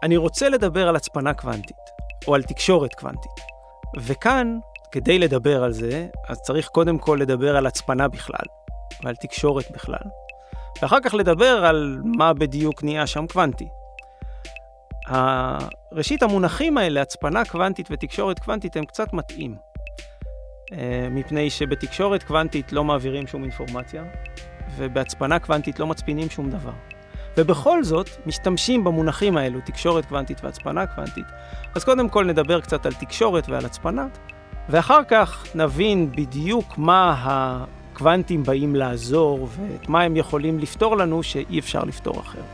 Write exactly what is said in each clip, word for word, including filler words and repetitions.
אני רוצה לדבר על הצפנה קוונטית, או על תקשורת קוונטית. וכאן, כדי לדבר על זה, אז צריך קודם כל לדבר על הצפנה בכלל, ועל תקשורת בכלל. ואחר כך לדבר על מה בדיוק נהיה שם קוונטי. ראשית, המונחים האלה, הצפנה קוונטית ותקשורת קוונטית, הם קצת מתאים. מפני שבתקשורת קוונטית לא מעבירים שום אינפורמציה, ובהצפנה קוונטית לא מצפינים שום דבר. ובכל זאת, משתמשים במונחים האלו, תקשורת קוונטית והצפנה קוונטית. אז קודם כל נדבר קצת על תקשורת ועל הצפנה, ואחר כך נבין בדיוק מה הקוונטים באים לעזור, ואת מה הם יכולים לפתור לנו שאי אפשר לפתור אחרת.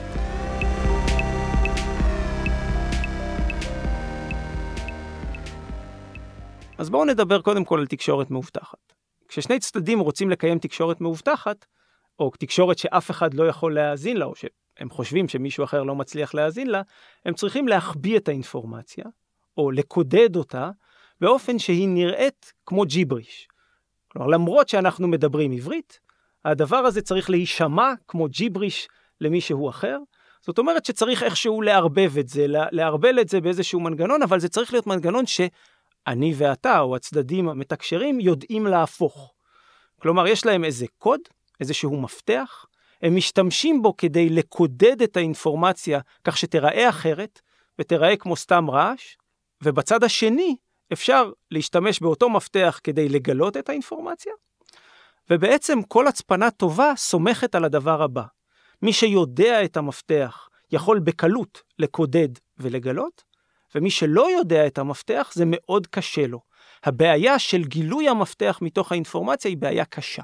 אז בואו נדבר קודם כל על תקשורת מאובטחת. כששני צדדים רוצים לקיים תקשורת מאובטחת, או תקשורת שאף אחד לא יכול להאזין לה, או שהם חושבים שמישהו אחר לא מצליח להאזין לה, הם צריכים להחביא את האינפורמציה, או לקודד אותה, באופן שהיא נראית כמו ג'יבריש. כלומר, למרות שאנחנו מדברים עברית, הדבר הזה צריך להישמע כמו ג'יבריש למישהו אחר. זאת אומרת שצריך איכשהו לערבב את זה, לערבל את זה באיזשהו מנגנון, אבל זה צריך להיות מנגנון שאני ואתה, או הצדדים המתקשרים, יודעים להפוך. כלומר, יש להם איזה קוד, איזשהו מפתח, הם משתמשים בו כדי לקודד את האינפורמציה כך שתראה אחרת, ותראה כמו סתם רעש, ובצד השני אפשר להשתמש באותו מפתח כדי לגלות את האינפורמציה, ובעצם כל הצפנה טובה סומכת על הדבר הבא. מי שיודע את המפתח יכול בקלות לקודד ולגלות, ומי שלא יודע את המפתח זה מאוד קשה לו. הבעיה של גילוי המפתח מתוך האינפורמציה היא בעיה קשה.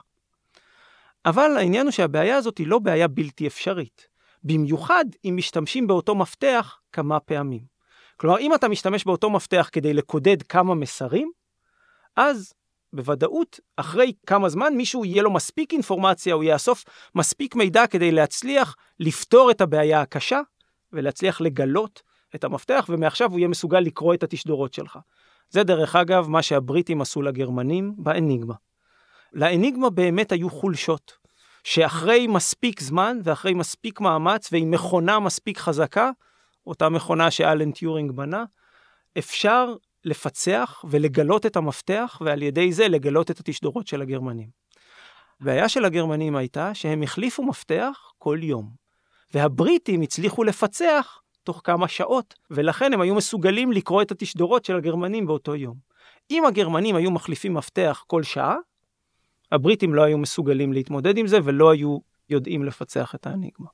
אבל העניין הוא שהבעיה הזאת היא לא בעיה בלתי אפשרית. במיוחד אם משתמשים באותו מפתח כמה פעמים. כלומר, אם אתה משתמש באותו מפתח כדי לקודד כמה מסרים, אז בוודאות, אחרי כמה זמן מישהו יהיה לו מספיק אינפורמציה, הוא יאסוף מספיק מידע כדי להצליח לפתור את הבעיה הקשה, ולהצליח לגלות את המפתח, ומעכשיו הוא יהיה מסוגל לקרוא את התשדורות שלך. זה דרך אגב מה שהבריטים עשו לגרמנים באניגמה. לאניגמה באמת היו חולשות, שאחרי מספיק זמן ואחרי מספיק מאמץ ועם מכונה מספיק חזקה, אותה מכונה שאלן טיורינג בנה, אפשר לפצח ולגלות את המפתח, ועל ידי זה לגלות את התשדורות של הגרמנים. הבעיה של הגרמנים הייתה שהם החליפו מפתח כל יום, והבריטים הצליחו לפצח תוך כמה שעות, ולכן הם היו מסוגלים לקרוא את התשדורות של הגרמנים באותו יום. אם הגרמנים היו מחליפים מפתח כל שעה, הבריטים לא היו מסוגלים להתמודד עם זה, ולא היו יודעים לפצח את האניגמה.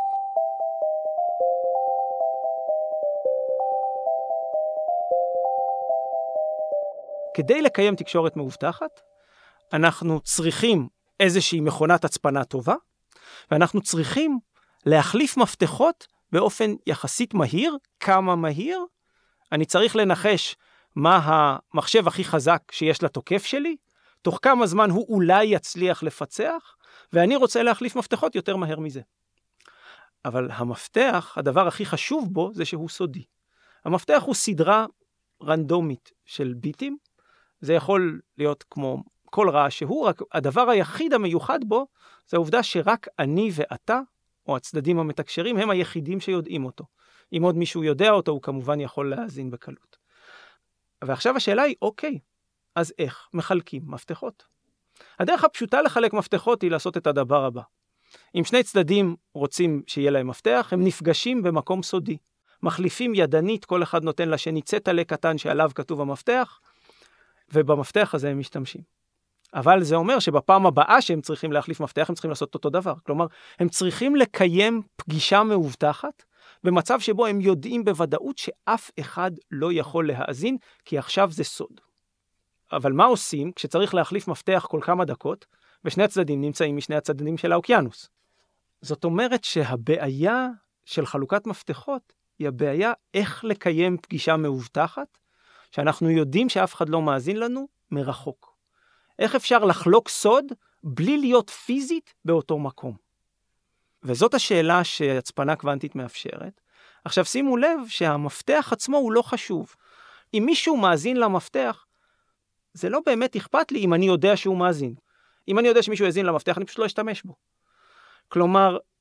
כדי לקיים תקשורת מאובטחת, אנחנו צריכים איזושהי מכונת הצפנה טובה, ואנחנו צריכים להחליף מפתחות באופן יחסית מהיר. כמה מהיר? אני צריך לנחש מה המחשב הכי חזק שיש לתוקף שלי, תוך כמה זמן הוא אולי יצליח לפצח, ואני רוצה להחליף מפתחות יותר מהר מזה. אבל המפתח, הדבר הכי חשוב בו זה שהוא סודי. המפתח הוא סדרה רנדומית של ביטים, זה יכול להיות כמו כל רעש שהוא, רק הדבר היחיד המיוחד בו, זה העובדה שרק אני ואתה, או הצדדים המתקשרים, הם היחידים שיודעים אותו. אם עוד מישהו יודע אותו, הוא כמובן יכול להאזין בקלות. ועכשיו השאלה היא, אוקיי, אז איך מחלקים מפתחות? הדרך הפשוטה לחלק מפתחות היא לעשות את הדבר הבא. אם שני צדדים רוצים שיהיה להם מפתח, הם נפגשים במקום סודי. מחליפים ידנית, כל אחד נותן לשני צטלה קטן שעליו כתוב המפתח, ובמפתח הזה הם משתמשים. אבל זה אומר שבפעם הבאה שהם צריכים להחליף מפתח, הם צריכים לעשות אותו דבר. כלומר, הם צריכים לקיים פגישה מאובטחת, במצב שבו הם יודעים בוודאות שאף אחד לא יכול להאזין, כי עכשיו זה סוד. אבל מה עושים כשצריך להחליף מפתח כל כמה דקות, ושני הצדדים נמצאים משני הצדדים של האוקיינוס? זאת אומרת שהבעיה של חלוקת מפתחות, היא הבעיה איך לקיים פגישה מאובטחת, שאנחנו יודעים שאף אחד לא מאזין לנו מרחוק. איך אפשר לחלוק סוד בלי להיות פיזית באותו מקום? וזאת השאלה שהצפנה קוונטית מאפשרת. עכשיו שימו לב שהמפתח עצמו הוא לא חשוב. אם מישהו מאזין למפתח, זה לא באמת אכפת לי אם אני יודע שהוא מאזין. אם אני יודע שמישהו יאזין למפתח, אני פשוט לא אשתמש בו. כלומר,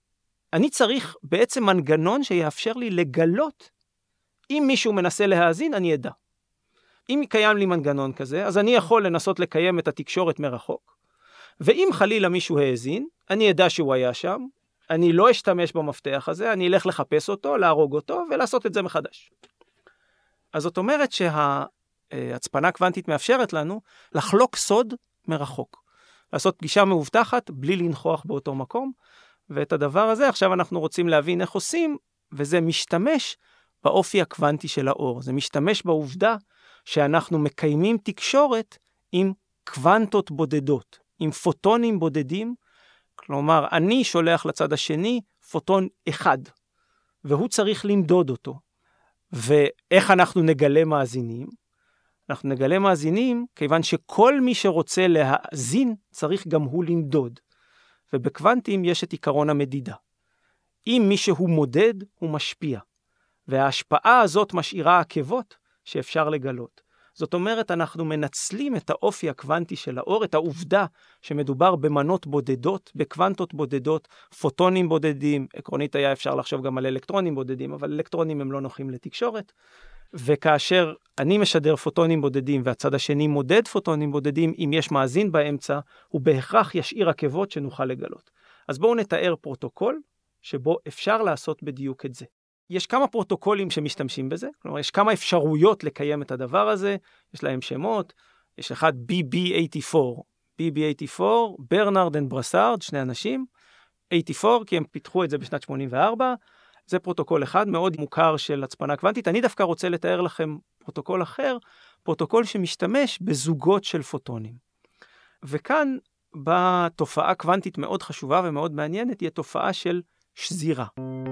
אני צריך בעצם מנגנון שיאפשר לי לגלות, אם מישהו מנסה להאזין, אני אדע. אם קיים לי מנגנון כזה, אז אני יכול לנסות לקיים את התקשורת מרחוק, ואם חלילה מישהו האזין, אני אדע שהוא היה שם, אני לא אשתמש במפתח הזה, אני אלך לחפש אותו, להרוג אותו, ולעשות את זה מחדש. אז זאת אומרת שההצפנה קוונטית מאפשרת לנו לחלוק סוד מרחוק. לעשות פגישה מאובטחת בלי לנכוח באותו מקום, ואת הדבר הזה עכשיו אנחנו רוצים להבין איך עושים, וזה משתמש באופי הקוונטי של האור. זה משתמש בעובדה שאנחנו מקיימים תקשורת עם קוונטות בודדות, עם פוטונים בודדים, כלומר, אני שולח לצד השני פוטון אחד, והוא צריך למדוד אותו. ואיך אנחנו נגלה מאזינים? אנחנו נגלה מאזינים כיוון שכל מי שרוצה להאזין צריך גם הוא למדוד. ובקוונטים יש את עיקרון המדידה. אם מישהו מודד, הוא משפיע. וההשפעה הזאת משאירה עקבות שאפשר לגלות. זאת אומרת, אנחנו מנצלים את האופי הקוונטי של האור, את העובדה שמדובר במנות בודדות, בקוונטות בודדות, פוטונים בודדים, עקרונית היה אפשר לחשוב גם על אלקטרונים בודדים, אבל אלקטרונים הם לא נוחים לתקשורת, וכאשר אני משדר פוטונים בודדים והצד השני מודד פוטונים בודדים, אם יש מאזין באמצע, הוא בהכרח ישאיר עקבות שנוכל לגלות. אז בואו נתאר פרוטוקול שבו אפשר לעשות בדיוק את זה. יש כמה פרוטוקולים שמשתמשים בזה, כלומר יש כמה אפשרויות לקיים את הדבר הזה, יש להם שמות, יש אחד בי בי שמונים וארבע, בי בי שמונים וארבע, ברנרד ובראסארד, שני אנשים, שמונים וארבע, כי הם פיתחו את זה בשנת שמונים וארבע, זה פרוטוקול אחד מאוד מוכר של הצפנה קוונטית. אני דווקא רוצה לתאר לכם פרוטוקול אחר, פרוטוקול שמשתמש בזוגות של פוטונים. וכאן בתופעה קוונטית מאוד חשובה ומאוד מעניינת, היא תופעה של שזירה.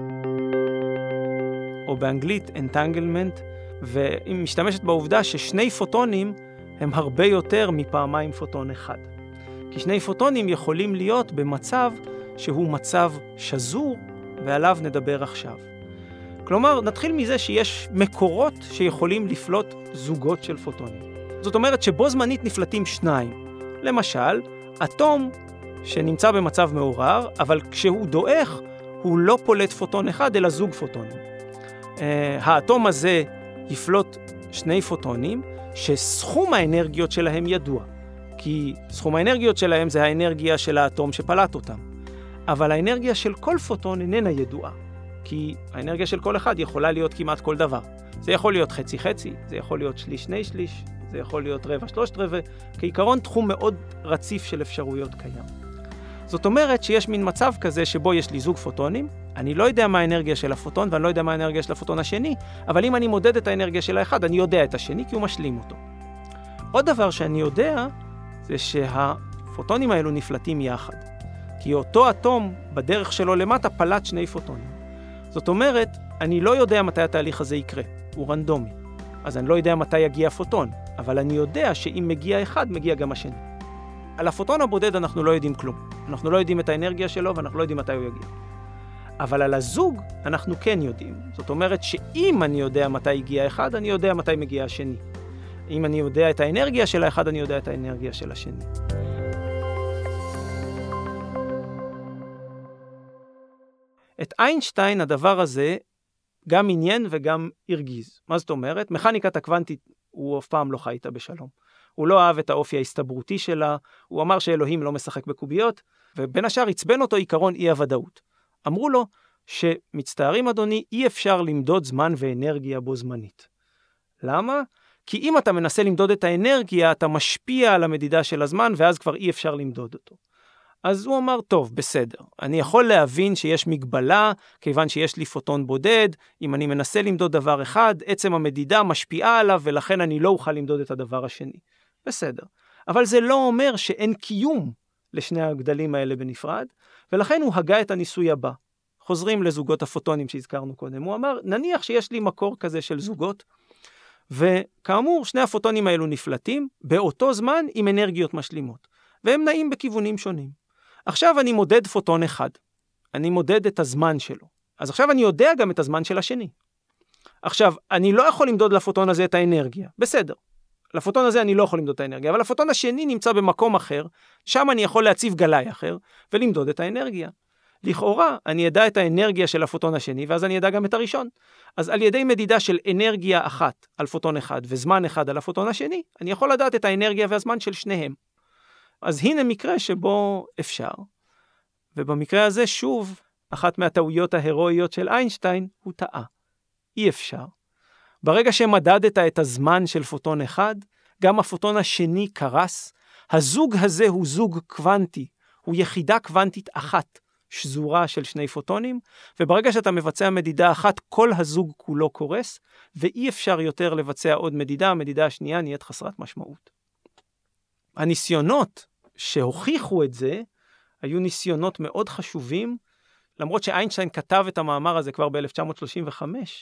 או באנגלית entanglement, והיא משתמשת בעובדה ששני פוטונים הם הרבה יותר מפעמיים פוטון אחד. כי שני פוטונים יכולים להיות במצב שהוא מצב שזור, ועליו נדבר עכשיו. כלומר, נתחיל מזה שיש מקורות שיכולים לפלוט זוגות של פוטונים. זאת אומרת שבו זמנית נפלטים שניים. למשל, אטום שנמצא במצב מעורר, אבל כשהוא דועך, הוא לא פולט פוטון אחד, אלא זוג פוטונים. Uh, האטום הזה יפלוט שני פוטונים, שסכום האנרגיות שלהם ידוע. כי סכום האנרגיות שלהם זה האנרגיה של האטום שפלט אותם. אבל האנרגיה של כל פוטון איננה ידועה. כי האנרגיה של כל אחד יכולה להיות כמעט כל דבר. זה יכול להיות חצי חצי, זה יכול להיות שליש שני שליש, זה יכול להיות רבע שלושת רבע. כעיקרון תחום מאוד רציף של אפשרויות קיים. זאת אומרת שיש מין מצב כזה שבו יש לי זוג פוטונים, אני לא יודע מה האנרגיה של הפוטון ואני לא יודע מה האנרגיה של הפוטון השני, אבל אם אני מודד את האנרגיה של האחד, אני יודע את השני כי הוא משלים אותו. עוד דבר שאני יודע זה שהפוטונים האלו נפלטים יחד. כי אותו אטום בדרך שלו למטה פלט שני פוטונים. זאת אומרת, אני לא יודע מתי התהליך הזה יקרה, הוא רנדומי. אז אני לא יודע מתי יגיע הפוטון, אבל אני יודע שאם מגיע אחד, מגיע גם השני. על הפוטון הבודד אנחנו לא יודעים כלום. אנחנו לא יודעים את האנרגיה שלו ואנחנו לא יודעים מתי הוא יגיע. אבל על הזוג אנחנו כן יודעים. זאת אומרת שאם אני יודע מתי הגיע אחד, אני יודע מתי מגיע השני. אם אני יודע את האנרגיה של האחד, אני יודע את האנרגיה של השני. את איינשטיין הדבר הזה גם עניין וגם הרגיז. מה זאת אומרת? מכניקת הקוונטית הוא אף פעם לא חי איתה בשלום. הוא לא אהב את האופי ההסתברותי שלה, הוא אמר שאלוהים לא משחק בקוביות, ובין השאר הצבן אותו עיקרון אי הוודאות. אמרו לו שמצטערים אדוני, אי אפשר למדוד זמן ואנרגיה בו זמנית. למה? כי אם אתה מנסה למדוד את האנרגיה, אתה משפיע על המדידה של הזמן, ואז כבר אי אפשר למדוד אותו. אז הוא אמר, טוב, בסדר, אני יכול להבין שיש מגבלה, כיוון שיש לי פוטון בודד, אם אני מנסה למדוד דבר אחד, עצם המדידה משפיעה עליו, ולכן אני לא אוכל למדוד את הדבר השני. בסדר. אבל זה לא אומר שאין קיום לשני הגדלים האלה בנפרד, ולכן הוא הגה את הניסוי הבא. חוזרים לזוגות הפוטונים שהזכרנו קודם. הוא אמר, נניח שיש לי מקור כזה של זוגות, וכאמור, שני הפוטונים האלו נפלטים, באותו זמן עם אנרגיות משלימות, והם נעים בכיוונים שונים. עכשיו אני מודד פוטון אחד. אני מודד את הזמן שלו. אז עכשיו אני יודע גם את הזמן של השני. עכשיו, אני לא יכול למדוד לפוטון הזה את האנרגיה. בסדר. לפוטון הזה אני לא יכול למדוד את האנרגיה, אבל הפוטון השני נמצא במקום אחר, שם אני יכול להציב גלאי אחר, ולמדוד את האנרגיה. לכאורה, אני אדע את האנרגיה של הפוטון השני, ואז אני אדע גם את הראשון. אז על ידי מדידה של אנרגיה אחת על פוטון אחד, וזמן אחד על הפוטון השני, אני יכול לדעת את האנרגיה והזמן של שניהם. אז הנה מקרה שבו אפשר. ובמקרה הזה, שוב, אחת מהטעויות ההירואיות של איינשטיין, הוא טעה. אי אפשר. ברגע שמדדת את הזמן של פוטון אחד, גם הפוטון השני קרס. הזוג הזה הוא זוג קוונטי, הוא יחידה קוונטית אחת, שזורה של שני פוטונים, וברגע שאתה מבצע מדידה אחת, כל הזוג כולו קורס, ואי אפשר יותר לבצע עוד מדידה, המדידה השנייה נהיית חסרת משמעות. הניסיונות שהוכיחו את זה, היו ניסיונות מאוד חשובים, למרות שאיינשטיין כתב את המאמר הזה כבר ב-אלף תשע מאות שלושים וחמש,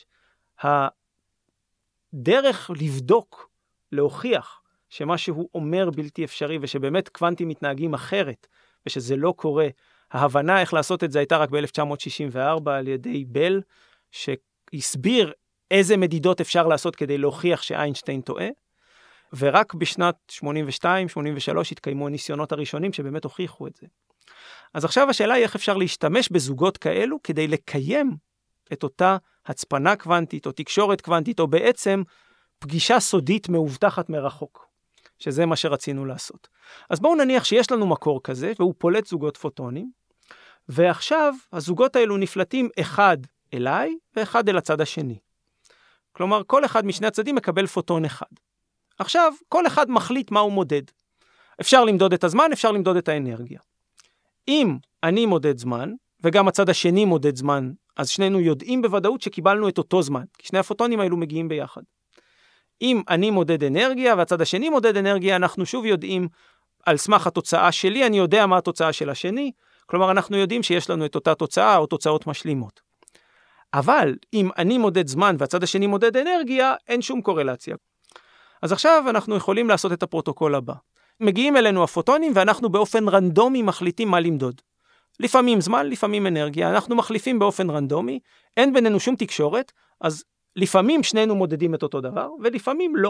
הדרך לבדוק, להוכיח, שמה שהוא אומר בלתי אפשרי, ושבאמת קוונטים מתנהגים אחרת, ושזה לא קורה, ההבנה איך לעשות את זה הייתה רק ב-אלף תשע מאות שישים וארבע על ידי בל, שהסביר איזה מדידות אפשר לעשות כדי להוכיח שאיינשטיין טועה, ורק בשנת שמונים ושתיים שמונים ושלוש התקיימו הניסיונות הראשונים שבאמת הוכיחו את זה. אז עכשיו השאלה היא איך אפשר להשתמש בזוגות כאלו כדי לקיים את אותה הצפנה קוונטית או תקשורת קוונטית, או בעצם פגישה סודית מאובטחת מרחוק, שזה מה שרצינו לעשות. אז בואו נניח שיש לנו מקור כזה, והוא פולט זוגות פוטונים, ועכשיו הזוגות האלו נפלטים אחד אליי, ואחד אל הצד השני. כלומר, כל אחד משני הצדדים מקבל פוטון אחד. עכשיו, כל אחד מחליט מה הוא מודד. אפשר למדוד את הזמן, אפשר למדוד את האנרגיה. אם אני מודד זמן, וגם הצד השני מודד זמן, אז שנינו יודעים בוודאות שקיבלנו את אותו זמן, כי שני הפוטונים האלו מגיעים ביחד. אם אני מודד אנרגיה והצד השני מודד אנרגיה, אנחנו שוב יודעים על סמך התוצאה שלי, אני יודע מה התוצאה של השני, כלומר אנחנו יודעים שיש לנו את אותה תוצאה או תוצאות משלימות. אבל אם אני מודד זמן והצד השני מודד אנרגיה, אין שום קורלציה. אז עכשיו אנחנו יכולים לעשות את הפרוטוקול הבא. מגיעים אלינו הפוטונים ואנחנו באופן רנדומי מחליטים מה למדוד. לפעמים זמן, לפעמים אנרגיה, אנחנו מחליפים באופן רנדומי, אין בינינו שום תקשורת, אז לפעמים שנינו מודדים את אותו דבר, ולפעמים לא.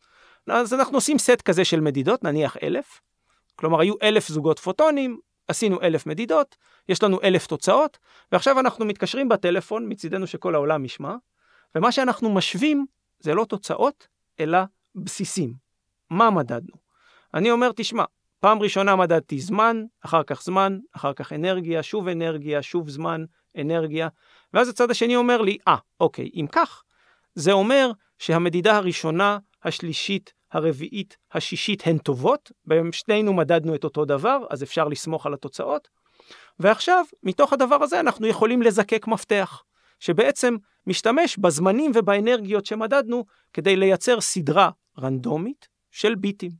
אז אנחנו עושים סט כזה של מדידות, נניח אלף, כלומר היו אלף זוגות פוטונים, עשינו אלף מדידות, יש לנו אלף תוצאות, ועכשיו אנחנו מתקשרים בטלפון, מצידנו שכל העולם ישמע, ומה שאנחנו משווים זה לא תוצאות, אלא בסיסים. מה מדדנו? אני אומר, תשמע, פעם ראשונה מדדתי זמן, אחר כך זמן, אחר כך אנרגיה, שוב אנרגיה, שוב זמן, אנרגיה, ואז הצד השני אומר לי, אה, אוקיי, אם כך, זה אומר שהמדידה הראשונה, השלישית, הרביעית, השישית הן טובות, בהם שנינו מדדנו את אותו דבר, אז אפשר לסמוך על התוצאות, ועכשיו, מתוך הדבר הזה אנחנו יכולים לזקק מפתח, שבעצם משתמש בזמנים ובאנרגיות שמדדנו, כדי לייצר סדרה רנדומית של ביטים.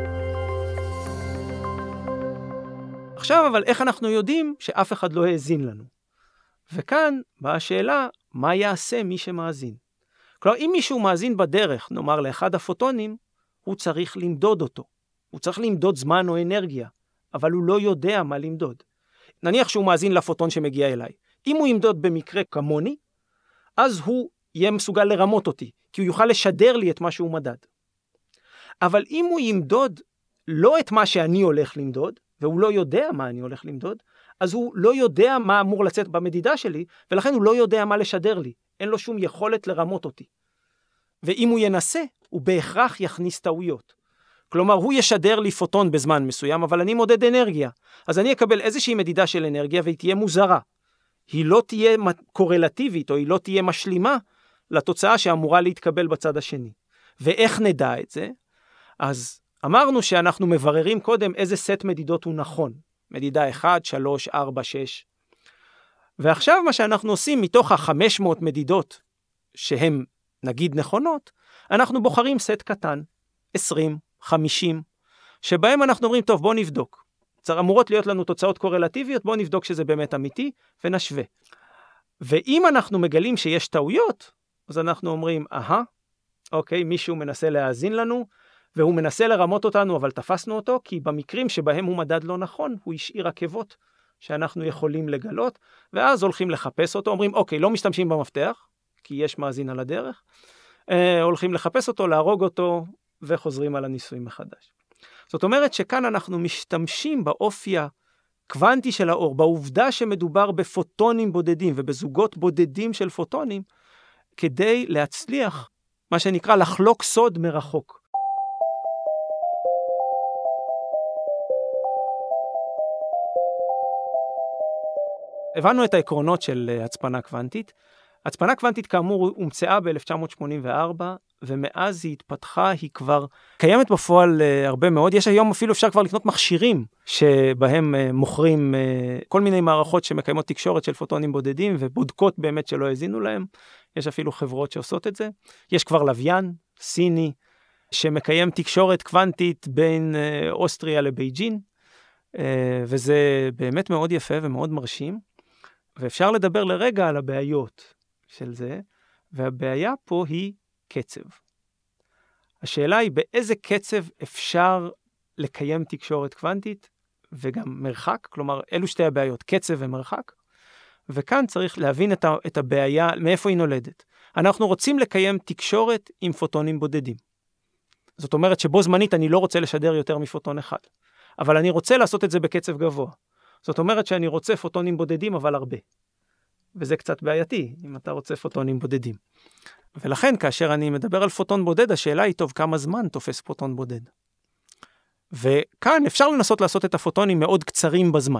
עכשיו, אבל איך אנחנו יודעים שאף אחד לא האזין לנו? וכאן באה השאלה, מה יעשה מי שמאזין? כלומר, אם מישהו מאזין בדרך, נאמר לאחד הפוטונים, הוא צריך למדוד אותו. הוא צריך למדוד זמן או אנרגיה, אבל הוא לא יודע מה למדוד. נניח שהוא מאזין לפוטון שמגיע אליי. אם הוא ימדוד במקרה כמוני, אז הוא יהיה מסוגל לרמות אותי, כי הוא יוכל לשדר לי את מה שהוא מדד. אבל אם הוא ימדוד לא את מה שאני הולך למדוד, והוא לא יודע מה אני הולך למדוד, אז הוא לא יודע מה אמור לצאת במדידה שלי, ולכן הוא לא יודע מה לשדר לי. אין לו שום יכולת לרמות אותי. ואם הוא ינסה, הוא בהכרח יכניס טעויות. כלומר, הוא ישדר לי פוטון בזמן מסוים, אבל אני מודד אנרגיה. אז אני אקבל איזושהי מדידה של אנרגיה, והיא תהיה מוזרה. היא לא תהיה קורלטיבית, או היא לא תהיה משלימה לתוצאה שאמורה להתקבל בצד השני. ואיך נדע את זה? אז אמרנו שאנחנו מבררים קודם איזה סט מדידות הוא נכון. מדידה אחת, שלוש, ארבע, שש. ועכשיו מה שאנחנו עושים מתוך ה-חמש מאות מדידות שהן נגיד נכונות, אנחנו בוחרים סט קטן, עשרים, חמישים, שבהם אנחנו אומרים, טוב, בוא נבדוק. אמורות להיות לנו תוצאות קורלטיביות, בוא נבדוק שזה באמת אמיתי, ונשווה. ואם אנחנו מגלים שיש טעויות, אז אנחנו אומרים, אהה, אוקיי, מישהו מנסה להאזין לנו, והוא מנסה לרמות אותנו, אבל תפסנו אותו, כי במקרים שבהם הוא מדד לא נכון, הוא השאיר עקבות שאנחנו יכולים לגלות, ואז הולכים לחפש אותו, אומרים, אוקיי, לא משתמשים במפתח, כי יש מאזין על הדרך, אה, הולכים לחפש אותו, להרוג אותו, וחוזרים על הניסוי מחדש. זאת אומרת שכאן אנחנו משתמשים באופי הקוונטי של האור, בעובדה שמדובר בפוטונים בודדים ובזוגות בודדים של פוטונים, כדי להצליח, מה שנקרא, לחלוק סוד מרחוק. הבנו את העקרונות של הצפנה קוונטית. הצפנה קוונטית כאמור הומצאה ב-אלף תשע מאות שמונים וארבע, ומאז היא התפתחה, היא כבר קיימת בפועל uh, הרבה מאוד. יש היום אפילו אפשר כבר לקנות מכשירים, שבהם uh, מוכרים uh, כל מיני מערכות שמקיימות תקשורת של פוטונים בודדים, ובודקות באמת שלא הזינו להם. יש אפילו חברות שעושות את זה. יש כבר לוויין, סיני, שמקיים תקשורת קוונטית בין uh, אוסטריה לבייג'ין, uh, וזה באמת מאוד יפה ומאוד מרשים. ואפשר לדבר לרגע על הבעיות של זה, והבעיה פה היא קצב. השאלה היא באיזה קצב אפשר לקיים תקשורת קוונטית, וגם מרחק, כלומר אלו שתי הבעיות, קצב ומרחק, וכאן צריך להבין את, ה- את הבעיה, מאיפה היא נולדת. אנחנו רוצים לקיים תקשורת עם פוטונים בודדים. זאת אומרת שבו זמנית אני לא רוצה לשדר יותר מפוטון אחד, אבל אני רוצה לעשות את זה בקצב גבוה. זאת אומרת שאני רוצה פוטונים בודדים, אבל הרבה. וזה קצת בעייתי, אם אתה רוצה פוטונים בודדים. ולכן, כאשר אני מדבר על פוטון בודד, השאלה היא, טוב, כמה זמן תופס פוטון בודד? וכאן אפשר לנסות לעשות את הפוטונים מאוד קצרים בזמן.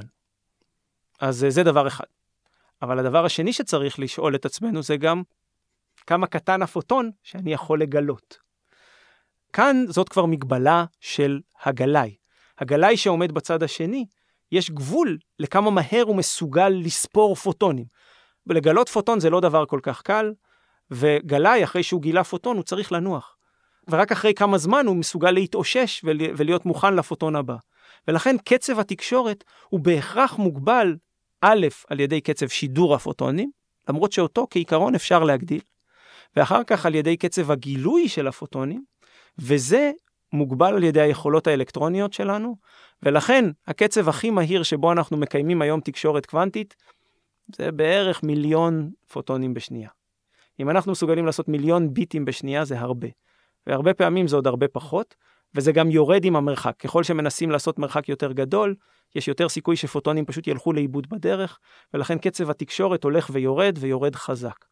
אז זה דבר אחד. אבל הדבר השני שצריך לשאול את עצמנו, זה גם כמה קטן הפוטון שאני יכול לגלות. כאן זאת כבר מגבלה של הגלאי. הגלאי שעומד בצד השני, יש גבול לכמה מהר הוא מסוגל לספור פוטונים. ולגלות פוטון זה לא דבר כל כך קל, וגלאי אחרי שהוא גילה פוטון הוא צריך לנוח. ורק אחרי כמה זמן הוא מסוגל להתאושש ולהיות מוכן לפוטון הבא. ולכן קצב התקשורת הוא בהכרח מוגבל, א', על ידי קצב שידור הפוטונים, למרות שאותו כעיקרון אפשר להגדיל, ואחר כך על ידי קצב הגילוי של הפוטונים, וזה מוגבל על ידי היכולות האלקטרוניות שלנו, ולכן הקצב הכי מהיר שבו אנחנו מקיימים היום תקשורת קוונטית, זה בערך מיליון פוטונים בשנייה. אם אנחנו מסוגלים לעשות מיליון ביטים בשנייה, זה הרבה. והרבה פעמים זה עוד הרבה פחות, וזה גם יורד עם המרחק. ככל שמנסים לעשות מרחק יותר גדול, יש יותר סיכוי שפוטונים פשוט ילכו לאיבוד בדרך, ולכן קצב התקשורת הולך ויורד ויורד חזק.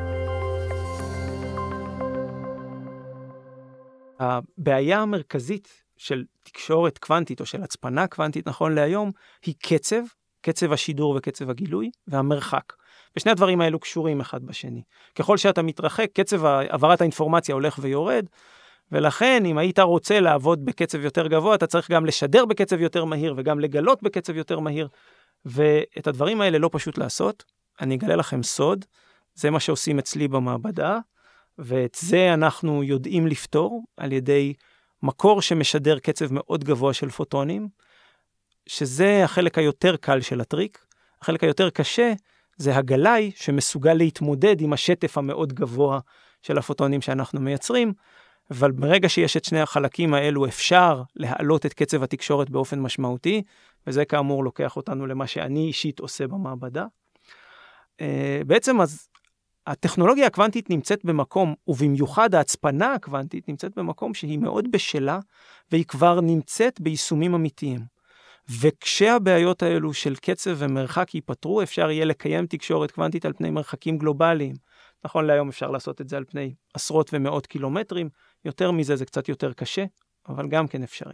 הבעיה המרכזית של תקשורת קוונטית או של הצפנה קוונטית נכון להיום, היא קצב, קצב השידור וקצב הגילוי, והמרחק. ושני הדברים האלו קשורים אחד בשני. ככל שאתה מתרחק, קצב העברת האינפורמציה הולך ויורד, ולכן אם היית רוצה לעבוד בקצב יותר גבוה, אתה צריך גם לשדר בקצב יותר מהיר, וגם לגלות בקצב יותר מהיר, ואת הדברים האלה לא פשוט לעשות. אני אגלה לכם סוד, זה מה שעושים אצלי במעבדה, ואת זה אנחנו יודעים לפתור על ידי מקור שמשדר קצב מאוד גבוה של פוטונים, שזה החלק היותר קל של הטריק. החלק היותר קשה זה הגלאי שמסוגל להתמודד עם השטף המאוד גבוה של הפוטונים שאנחנו מייצרים, אבל ברגע שיש את שני החלקים האלו אפשר להעלות את קצב התקשורת באופן משמעותי, וזה כאמור לוקח אותנו למה שאני אישית עושה במעבדה. בעצם אז הטכנולוגיה הקוונטית נמצאת במקום, ובמיוחד ההצפנה הקוונטית נמצאת במקום שהיא מאוד בשלה, והיא כבר נמצאת ביישומים אמיתיים. וכשהבעיות האלו של קצב ומרחק ייפתרו, אפשר יהיה לקיים תקשורת קוונטית על פני מרחקים גלובליים. נכון להיום אפשר לעשות את זה על פני עשרות ומאות קילומטרים, יותר מזה זה קצת יותר קשה, אבל גם כן אפשרי.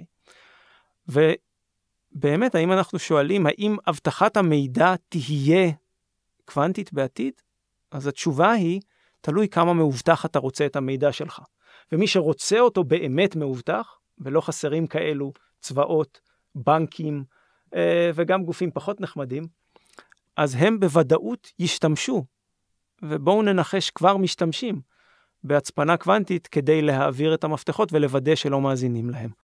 ובאמת, האם אנחנו שואלים, האם הבטחת המידע תהיה קוונטית בעתיד? אז התשובה היא, תלוי כמה מאובטח אתה רוצה את המידע שלך. ומי שרוצה אותו באמת מאובטח, ולא חסרים כאלו צבאות, בנקים, וגם גופים פחות נחמדים, אז הם בוודאות ישתמשו, ובואו ננחש כבר משתמשים, בהצפנה קוונטית כדי להעביר את המפתחות ולוודא שלא מאזינים להם.